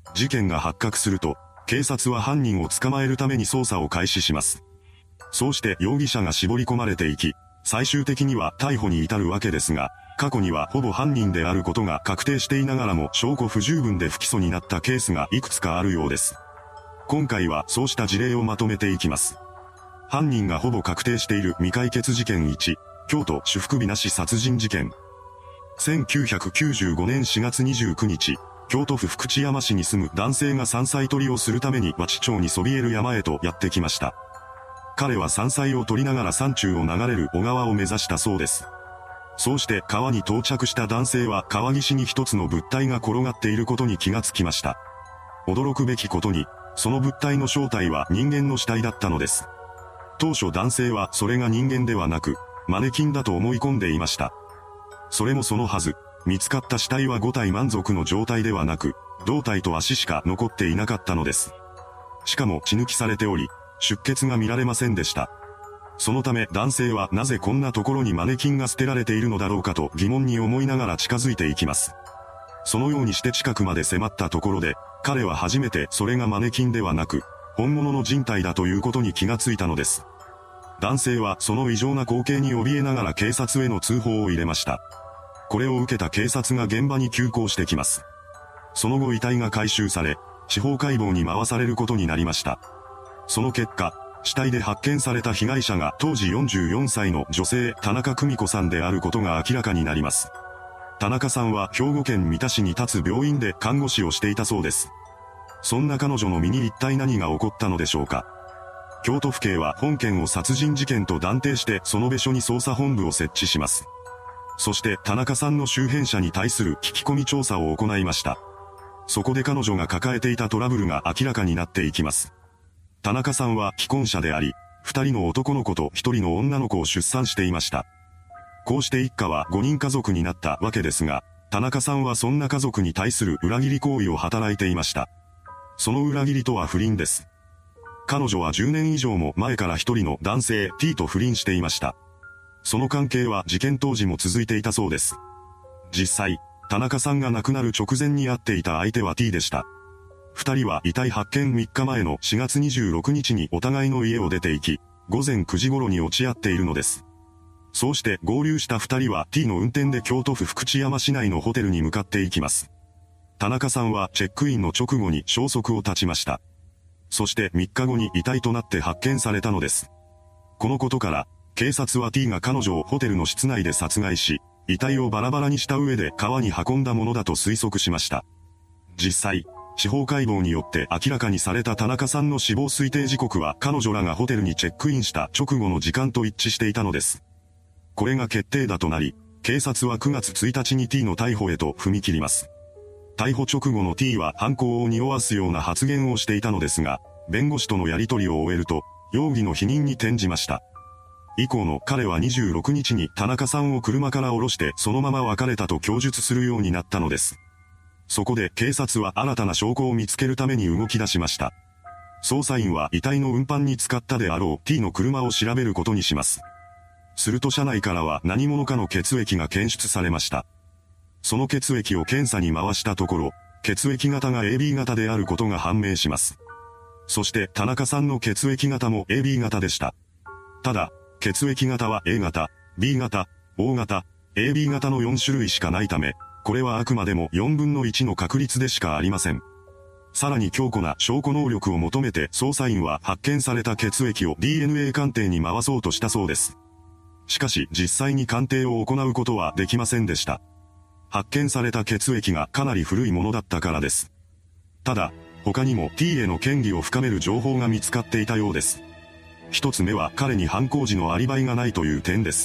事件が発覚すると、警察は犯人を捕まえるために捜査を開始します。そうして容疑者が絞り込まれていき、最終的には逮捕に至るわけですが、過去にはほぼ犯人であることが確定していながらも証拠不十分で不起訴になったケースがいくつかあるようです。今回はそうした事例をまとめていきます。犯人がほぼ確定している未解決事件1、京都主腹日なし殺人事件。1995年4月29日、京都府福知山市に住む男性が山菜採りをするために和知町にそびえる山へとやってきました。彼は山菜を採りながら山中を流れる小川を目指したそうです。そうして川に到着した男性は川岸に一つの物体が転がっていることに気がつきました。驚くべきことに、その物体の正体は人間の死体だったのです。当初男性はそれが人間ではなく、マネキンだと思い込んでいました。それもそのはず、見つかった死体は5体満足の状態ではなく、胴体と足しか残っていなかったのです。しかも血抜きされており、出血が見られませんでした。そのため男性はなぜこんなところにマネキンが捨てられているのだろうかと疑問に思いながら近づいていきます。そのようにして近くまで迫ったところで、彼は初めてそれがマネキンではなく、本物の人体だということに気がついたのです。男性はその異常な光景に怯えながら警察への通報を入れました。これを受けた警察が現場に急行してきます。その後遺体が回収され、司法解剖に回されることになりました。その結果、死体で発見された被害者が当時44歳の女性田中久美子さんであることが明らかになります。田中さんは兵庫県三田市に立つ病院で看護師をしていたそうです。そんな彼女の身に一体何が起こったのでしょうか。京都府警は本件を殺人事件と断定して園部署に捜査本部を設置します。そして田中さんの周辺者に対する聞き込み調査を行いました。そこで彼女が抱えていたトラブルが明らかになっていきます。田中さんは既婚者であり、2人の男の子と1人の女の子を出産していました。こうして一家は5人家族になったわけですが、田中さんはそんな家族に対する裏切り行為を働いていました。その裏切りとは不倫です。彼女は10年以上も前から1人の男性 T と不倫していました。その関係は事件当時も続いていたそうです。実際、田中さんが亡くなる直前に会っていた相手は T でした。二人は遺体発見3日前の4月26日にお互いの家を出て行き、午前9時頃に落ち合っているのです。そうして合流した二人は T の運転で京都府福知山市内のホテルに向かっていきます。田中さんはチェックインの直後に消息を絶ちました。そして3日後に遺体となって発見されたのです。このことから、警察は T が彼女をホテルの室内で殺害し、遺体をバラバラにした上で川に運んだものだと推測しました。実際、司法解剖によって明らかにされた田中さんの死亡推定時刻は彼女らがホテルにチェックインした直後の時間と一致していたのです。これが決定打となり、警察は9月1日に T の逮捕へと踏み切ります。逮捕直後の T は犯行を匂わすような発言をしていたのですが、弁護士とのやり取りを終えると、容疑の否認に転じました。以降の彼は26日に田中さんを車から降ろしてそのまま別れたと供述するようになったのです。そこで警察は新たな証拠を見つけるために動き出しました。捜査員は遺体の運搬に使ったであろう T の車を調べることにします。すると車内からは何者かの血液が検出されました。その血液を検査に回したところ、血液型が AB 型であることが判明します。そして田中さんの血液型も AB 型でした。ただ、血液型は A 型、B 型、O 型、AB 型の4種類しかないため、これはあくまでも4分の1の確率でしかありません。さらに強固な証拠能力を求めて捜査員は発見された血液を DNA 鑑定に回そうとしたそうです。しかし実際に鑑定を行うことはできませんでした。発見された血液がかなり古いものだったからです。ただ、他にも T への嫌疑を深める情報が見つかっていたようです。一つ目は彼に犯行時のアリバイがないという点です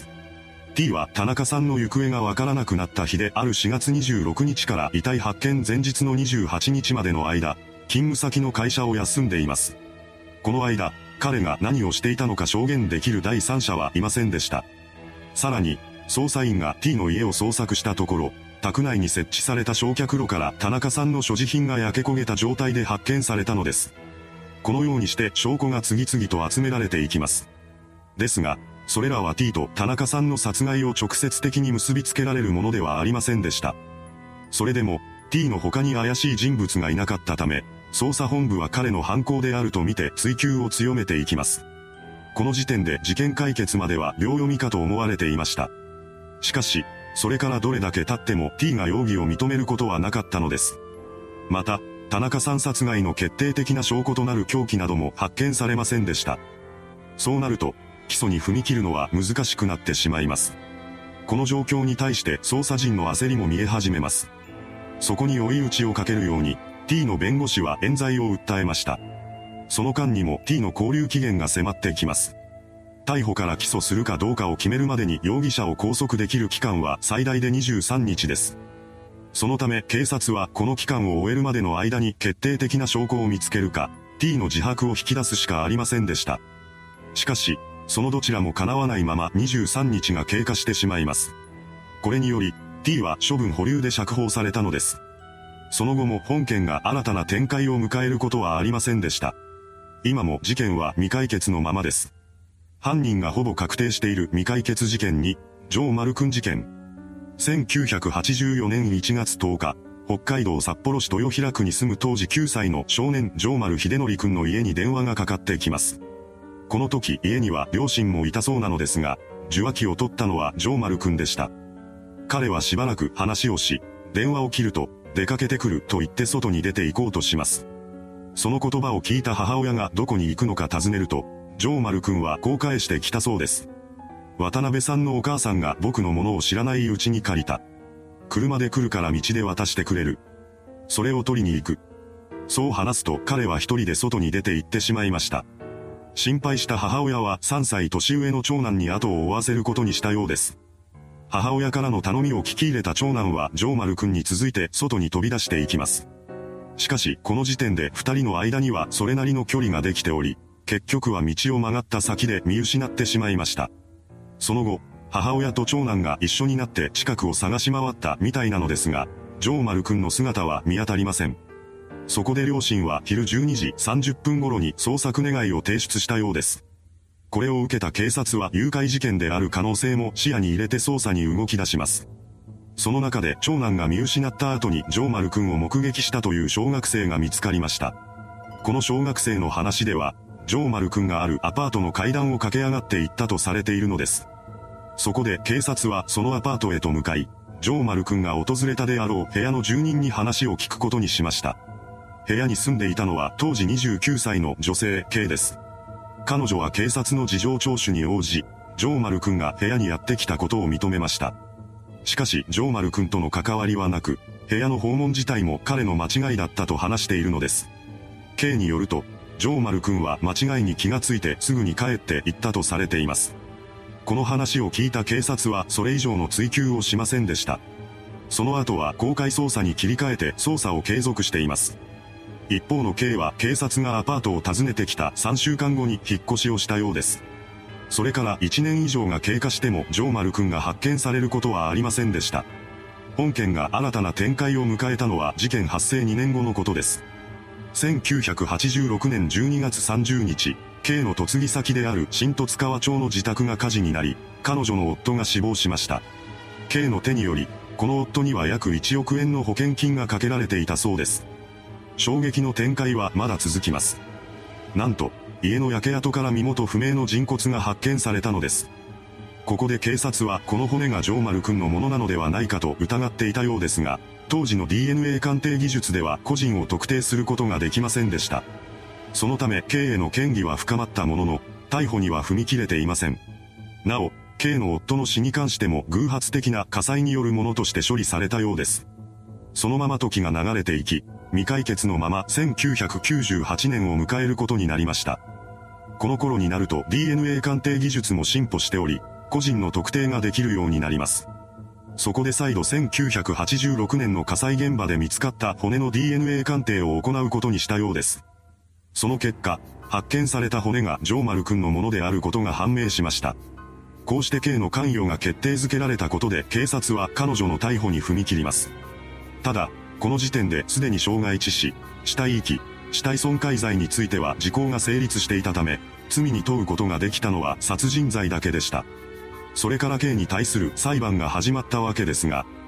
。T は田中さんの行方がわからなくなった日である4月26日から遺体発見前日の28日までの間、勤務先の会社を休んでいます。この間、彼が何をしていたのか証言できる第三者はいませんでした。さらに、捜査員が T の家を捜索したところ、宅内に設置された焼却炉から田中さんの所持品が焼け焦げた状態で発見されたのです。このようにして証拠が次々と集められていきます。ですが、それらは T と田中さんの殺害を直接的に結びつけられるものではありませんでした。それでも、 T の他に怪しい人物がいなかったため、捜査本部は彼の犯行であると見て追及を強めていきます。この時点で事件解決までは秒読みかと思われていました。しかし、それからどれだけ経っても T が容疑を認めることはなかったのです。また、田中さん殺害の決定的な証拠となる凶器なども発見されませんでした。そうなると、起訴に踏み切るのは難しくなってしまいます。この状況に対して捜査陣の焦りも見え始めます。そこに追い打ちをかけるように、T の弁護士は冤罪を訴えました。その間にも T の勾留期限が迫ってきます。逮捕から起訴するかどうかを決めるまでに容疑者を拘束できる期間は最大で23日です。そのため警察はこの期間を終えるまでの間に決定的な証拠を見つけるか、T の自白を引き出すしかありませんでした。しかし、そのどちらも叶わないまま23日が経過してしまいます。これにより、T は処分保留で釈放されたのです。その後も本件が新たな展開を迎えることはありませんでした。今も事件は未解決のままです。犯人がほぼ確定している未解決事件に、城丸くん事件。1984年1月10日、北海道札幌市豊平区に住む当時9歳の少年城丸秀則くんの家に電話がかかってきます。この時家には両親もいたそうなのですが、受話器を取ったのは城丸くんでした。彼はしばらく話をし、電話を切ると、出かけてくると言って外に出て行こうとします。その言葉を聞いた母親がどこに行くのか尋ねると、城丸くんはこう返してきたそうです。渡辺さんのお母さんが僕のものを知らないうちに借りた。車で来るから道で渡してくれる。それを取りに行く。そう話すと彼は一人で外に出て行ってしまいました。心配した母親は3歳年上の長男に後を追わせることにしたようです。母親からの頼みを聞き入れた長男は城丸くんに続いて外に飛び出していきます。しかしこの時点で二人の間にはそれなりの距離ができており、結局は道を曲がった先で見失ってしまいました。その後、母親と長男が一緒になって近くを探し回ったみたいなのですが、城丸くんの姿は見当たりません。そこで両親は昼12時30分頃に捜索願いを提出したようです。これを受けた警察は誘拐事件である可能性も視野に入れて捜査に動き出します。その中で長男が見失った後に城丸くんを目撃したという小学生が見つかりました。この小学生の話では、城丸くんがあるアパートの階段を駆け上がっていったとされているのです。そこで警察はそのアパートへと向かい、城丸くんが訪れたであろう部屋の住人に話を聞くことにしました。部屋に住んでいたのは当時29歳の女性 K です。彼女は警察の事情聴取に応じ、城丸くんが部屋にやってきたことを認めました。しかし城丸くんとの関わりはなく、部屋の訪問自体も彼の間違いだったと話しているのです。K によると、城丸くんは間違いに気がついてすぐに帰って行ったとされています。この話を聞いた警察はそれ以上の追及をしませんでした。その後は公開捜査に切り替えて捜査を継続しています。一方の K は警察がアパートを訪ねてきた3週間後に引っ越しをしたようです。それから1年以上が経過しても城丸くんが発見されることはありませんでした。本件が新たな展開を迎えたのは事件発生2年後のことです。1986年12月30日、K の嫁ぎ先である新十津川町の自宅が火事になり、彼女の夫が死亡しました。K の手により、この夫には約1億円の保険金がかけられていたそうです。衝撃の展開はまだ続きます。なんと、家の焼け跡から身元不明の人骨が発見されたのです。ここで警察はこの骨が城丸くんのものなのではないかと疑っていたようですが、当時の DNA 鑑定技術では個人を特定することができませんでした。そのため K への嫌疑は深まったものの、逮捕には踏み切れていません。なお、K の夫の死に関しても偶発的な火災によるものとして処理されたようです。そのまま時が流れていき、未解決のまま1998年を迎えることになりました。この頃になると DNA 鑑定技術も進歩しており、個人の特定ができるようになります。そこで再度1986年の火災現場で見つかった骨の DNA 鑑定を行うことにしたようです。その結果、発見された骨が城丸くんのものであることが判明しました。こうして K の関与が決定づけられたことで警察は彼女の逮捕に踏み切ります。ただ、この時点ですでに傷害致死、死体遺棄、死体損壊罪については時効が成立していたため、罪に問うことができたのは殺人罪だけでした。それから K に対する裁判が始まったわけですが、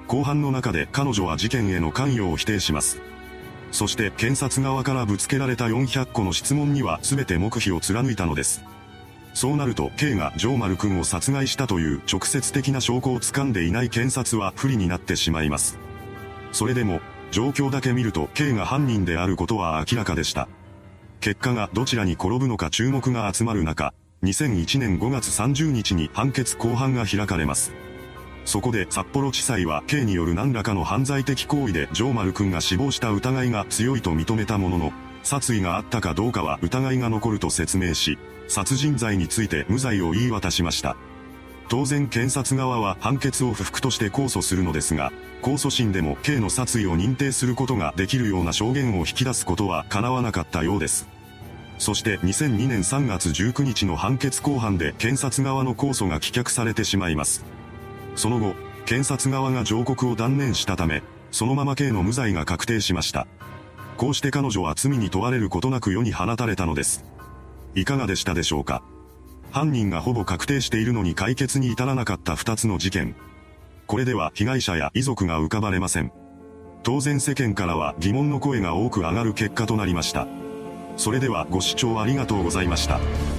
公判の中で彼女は事件への関与を否定します。そして検察側からぶつけられた400個の質問には全て黙秘を貫いたのです。そうなると K が城丸くんを殺害したという直接的な証拠を掴んでいない検察は不利になってしまいます。それでも、状況だけ見ると K が犯人であることは明らかでした。結果がどちらに転ぶのか注目が集まる中、2001年5月30日に判決公判が開かれます。そこで札幌地裁は K による何らかの犯罪的行為で城丸くんが死亡した疑いが強いと認めたものの、殺意があったかどうかは疑いが残ると説明し、殺人罪について無罪を言い渡しました。当然検察側は判決を不服として控訴するのですが、控訴審でも K の殺意を認定することができるような証言を引き出すことは叶わなかったようです。そして2002年3月19日の判決公判で検察側の控訴が棄却されてしまいます。その後、検察側が上告を断念したため、そのまま K の無罪が確定しました。こうして彼女は罪に問われることなく世に放たれたのです。いかがでしたでしょうか。犯人がほぼ確定しているのに解決に至らなかった2つの事件。これでは被害者や遺族が浮かばれません。当然世間からは疑問の声が多く上がる結果となりました。それではご視聴ありがとうございました。